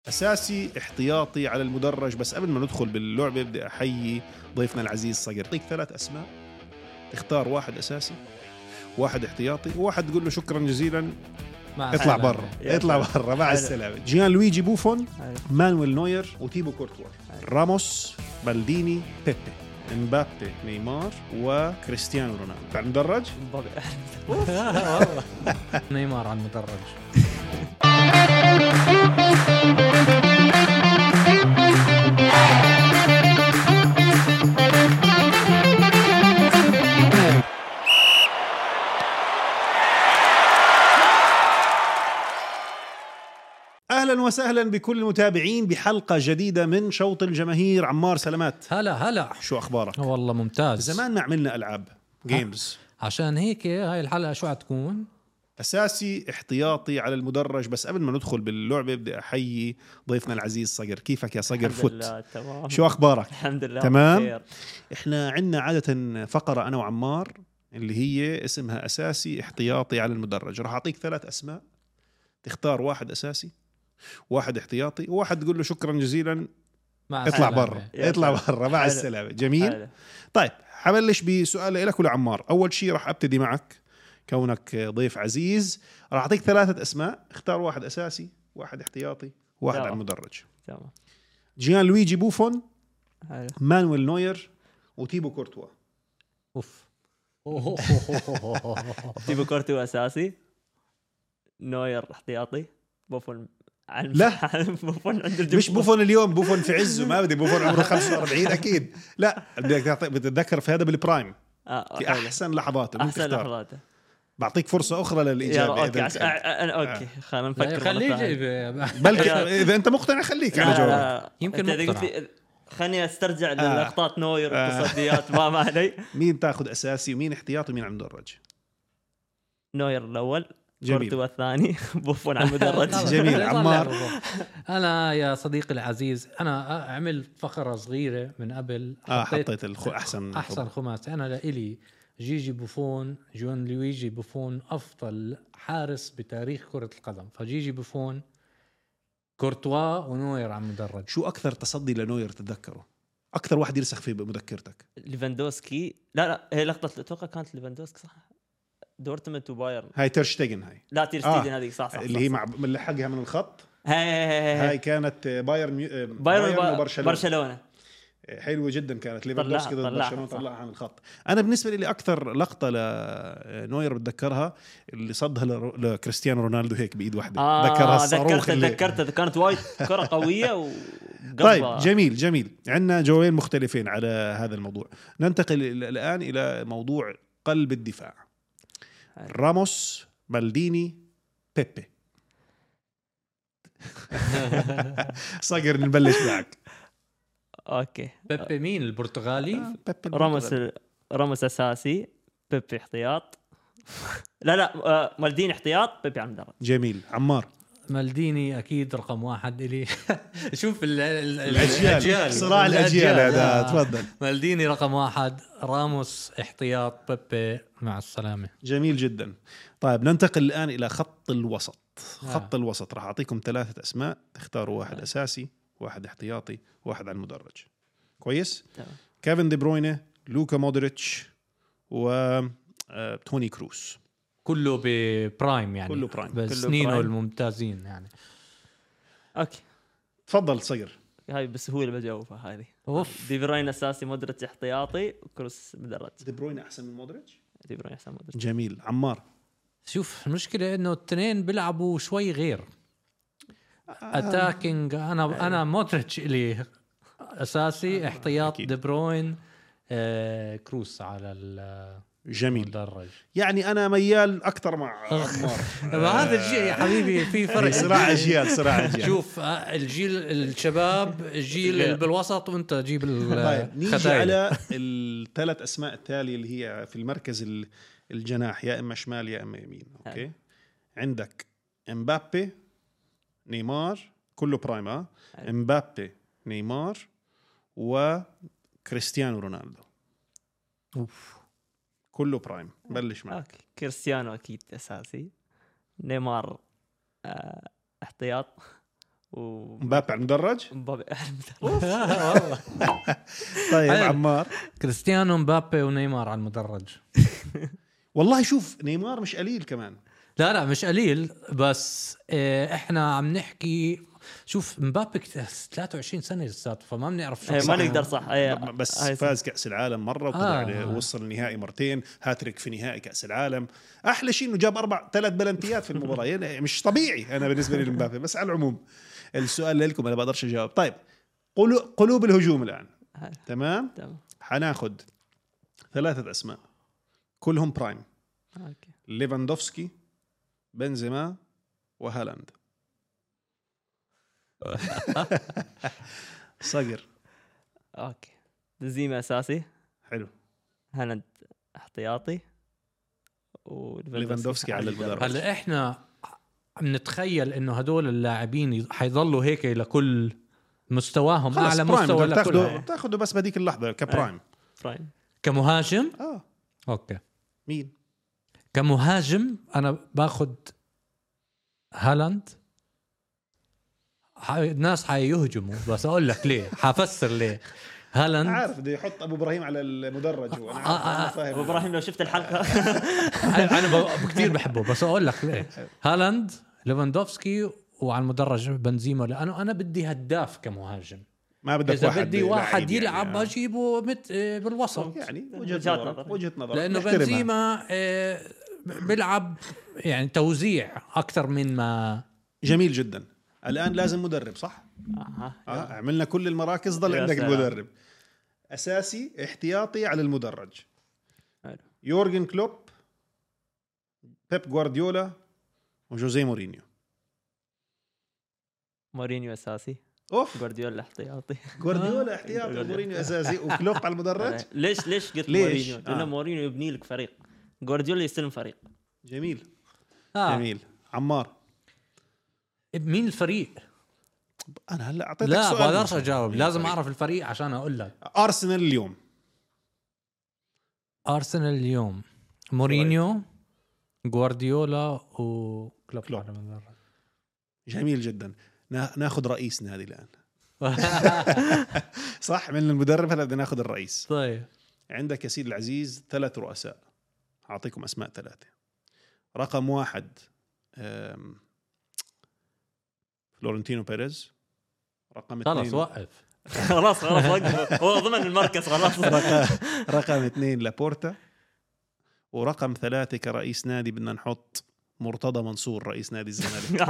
أساسي احتياطي على المدرج. بس قبل ما ندخل باللعبة بدي أحيي ضيفنا العزيز صقر. أعطيك 3 أسماء، تختار واحد أساسي، واحد احتياطي، وواحد تقول له شكرا جزيلا اطلع برا، اطلع برا مع السلامة. جيان لويجي بوفون، مانويل نوير، وتيبو كورتوا، راموس، مالديني، بيبي، امبابي، نيمار، وكريستيانو رونالدو. على المدرج نيمار على المدرج. أهلا وسهلا بكل المتابعين بحلقة جديدة من شوط الجماهير. عمار سلامات. هلا شو أخبارك؟ والله ممتاز. زمان ما عملنا ألعاب جيمز، عشان هيك هاي الحلقة شو حتكون؟ أساسي احتياطي على المدرج. بس قبل ما ندخل باللعبة بدي أحيي ضيفنا العزيز صقر. كيفك يا صقر؟ فوت. شو أخبارك؟ الحمد لله تمام بخير. إحنا عنا عادة فقرة أنا وعمار اللي هي اسمها أساسي احتياطي على المدرج. راح أعطيك 3 أسماء، تختار واحد أساسي، واحد احتياطي، وواحد تقول له شكرا جزيلا اطلع برا، اطلع برا مع السلامة. جميل. طيب حبلش بسؤال لك ولعمار. أول شيء راح أبتدي معك كونك ضيف عزيز. راح أعطيك 3 أسماء، اختار واحد أساسي، واحد احتياطي، واحد على المدرج. تمام. جيان لويجي بوفون، مانويل نوير، وتيبو كورتوا. اوف. تيبو كورتوا أساسي، نوير احتياطي، بوفون لا بوفون عند الجمهور. مش بوفون اليوم، بوفون في عزه. ما بدي بوفون عمره 45 أكيد. لا بدك تتذكر في هذا بالبرايم، في أحسن لحظاته. أحسن لحظاته. بعطيك فرصة أخرى للإجابة. أوكي خلينا نفكر. بلكي إذا أنت مقتنع خليك على جواب. يمكن مقتنع. خليني أسترجع للقطات نوير والتصديات ما علي. مين تأخذ أساسي ومين احتياطي ومين على المدرج؟ نوير الأول، كورتوا الثاني، بوفون على المدرج. جميل. عمار. أنا يا صديقي العزيز أنا عملت فقرة صغيرة من قبل. حطيت أحسن خماس. أنا لإلي جيجي بوفون، جون لويجي بوفون أفضل حارس بتاريخ كرة القدم. فجيجي بوفون، كورتوا، ونوير على المدرج. شو أكثر تصدي لنوير تتذكره؟ أكثر واحد يرسخ فيه بمذكرتك؟ ليفاندوسكي. لا هي لقطة أتوقع كانت ليفاندوسكي صح؟ دورتموند وبايرن. هاي تيرشتيجن. هاي لا تيرشتيجن هذه صح اللي هي مع من لحقها من الخط. هاي كانت بايرن وبرشلونة. حلوة جدا كانت. ليفاندوفسكي ضد برشلونة طلعها عن الخط. أنا بالنسبة لي أكثر لقطة لنوير بتذكرها اللي صدها لكريستيانو رونالدو هيك بإيد واحدة. ذكرتها كانت وايد كرة قوية طيب جميل. عندنا جوابين مختلفين على هذا الموضوع. ننتقل الآن إلى موضوع قلب الدفاع. راموس، مالديني، بيبي. صقر نبلش معك. اوكي. بيبي مين؟ البرتغالي. راموس اساسي، بيبي احتياط. لا مالديني احتياط، بيبي على المدرج. جميل. عمار. مالديني اكيد رقم 1 إلي. شوف الأجيال، صراع الأجيال هذا. تفضل. مالديني رقم 1، راموس احتياط، بيبي مع السلامة. جميل جدا. طيب ننتقل الآن إلى خط الوسط. خط الوسط راح أعطيكم 3 أسماء، تختاروا واحد أساسي، واحد احتياطي، واحد على المدرج. كويس؟ كيفن دي بروينه، لوكا مودريتش، وتوني كروس. كله ببرايم يعني. كله برايم. بسنينه الممتازين يعني. اوكي تفضل صقر. هاي بسهولة بجاوبها هذه. دي بروين اساسي، مودريتش احتياطي، وكروس مدرج. دي بروين احسن من مودريتش. دي بروين احسن من مودريتش. جميل. عمار. شوف المشكلة انه الاثنين بيلعبوا شوي غير اتاكينج. انا مودريتش اللي اساسي، احتياط دي بروين، كروس على جميل. مدرج. يعني أنا ميال أكثر مع عمار. هذا الشيء يا حبيبي في فرق. صراع أجيال. شوف الجيل الشباب، الجيل اللي بالوسط، وانت جيب طيب نيجي على ال3 أسماء التالية اللي هي في المركز الجناح، يا إما شمال يا إما يمين. أوكي. عندك امبابي، نيمار، كله برايم. امبابي، نيمار، وكريستيانو رونالدو. كله برايم. بلش معك. كريستيانو اكيد اساسي، نيمار احتياط، مبابي على المدرج. مبابي والله طيب حلو. عمار. كريستيانو مبابي ونيمار على المدرج. والله شوف نيمار مش قليل كمان. لا مش قليل، بس احنا عم نحكي شوف مبابي 23 سنة لساته، فما بنعرف شو ما نقدر صح. بس فاز كأس العالم مرة وطلع وصل النهائي مرتين، هاتريك في نهائي كأس العالم. أحلى شيء إنه جاب 3 بلنتيات في المباراة. يعني مش طبيعي أنا بالنسبة لي مبابي. بس على العموم السؤال لكم أنا بقدرش أجاوب. طيب قلوب الهجوم الآن. تمام. حناخد 3 أسماء كلهم برايم. أوكي. ليفاندوفسكي، بنزيما، وهالاند. صقر. اوكي. بنزيما اساسي. حلو. هالاند احتياطي. وليفاندوفسكي على المدرج. هلا احنا بنتخيل انه هدول اللاعبين حيضلوا هيك لكل مستواهم اعلى مستوى لكل. تاخده بس بديك اللحظه كبرايم. برايم كمهاجم. اوكي. مين كمهاجم انا باخد هالاند. الناس حيهجموا بس اقول لك ليه، حفسر ليه. هالاند عارف بده يحط ابو ابراهيم على المدرج. وانا عارف فاهم ابو ابراهيم لو شفت الحلقه انا كثير بحبه، بس اقول لك ليه. هالاند، ليفاندوفسكي، وعلى المدرج بنزيما، لانه انا بدي هداف كمهاجم. ما بدك إذا بدي واحد يلعب يعني اجيبه بالوسط. يعني وجهة نظر. لانه بنزيما بيلعب يعني توزيع اكثر من ما. جميل جدا. الان لازم مدرب صح. عملنا كل المراكز، ضل عندك المدرب. اساسي احتياطي على المدرج. يورجن كلوب، بيب غوارديولا، وجوزيه مورينيو. مورينيو اساسي. غوارديولا احتياطي. غوارديولا احتياطي، مورينيو اساسي، وكلوب على المدرج. ليش قلت مورينيو؟ لانه مورينيو يبني لك فريق، غوارديولا يستلم فريق. جميل. جميل. عمار مين الفريق؟ انا هلا اعطيتك لا سؤال. ما بقدرش اجاوب، لازم اعرف الفريق عشان اقول لك. ارسنال اليوم. ارسنال اليوم مورينيو، غوارديولا، وكلوب على المدرج. جميل جدا. ناخذ رئيس نادي الان. صح، من المدرب هلا بدنا ناخذ الرئيس. طيب عندك يا سيدي العزيز 3 رؤساء. اعطيكم اسماء 3. رقم 1 فلورنتينو بيريز. رقم 2 خلاص وقف. خلاص وقف، هو ضمن المركز خلاص. رقم 2 لابورتا. ورقم 3 كرئيس نادي بدنا نحط مرتضى منصور رئيس نادي الزمالك.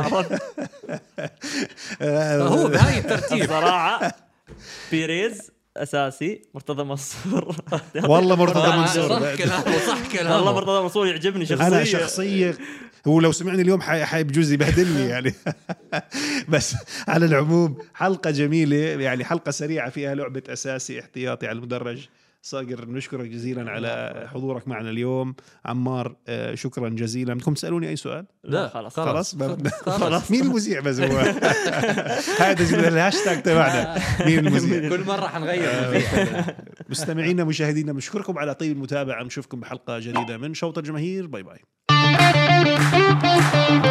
هو بهاي الترتيب صراحة. بيريز اساسي، مرتضى منصور. والله مرتضى منصور صح كلامه. والله مرتضى منصور يعجبني شخصيا. انا شخصيه هو لو سمعني اليوم بجوز يبهدلني يعني. بس على العموم حلقه جميله، يعني حلقه سريعه فيها لعبه اساسي احتياطي على المدرج. صاقر نشكرك جزيلا على حضورك معنا اليوم. عمار شكرا جزيلا. بدكم تسألوني أي سؤال؟ لا خلاص. مين المذيع بس هو هذا الهاشتاج تبعنا. مين المذيع؟ كل مرة حنغير المذيع. مستمعينا مشاهدينا بنشكركم على طيب المتابعة. نشوفكم بحلقة جديدة من شوط الجماهير. باي باي.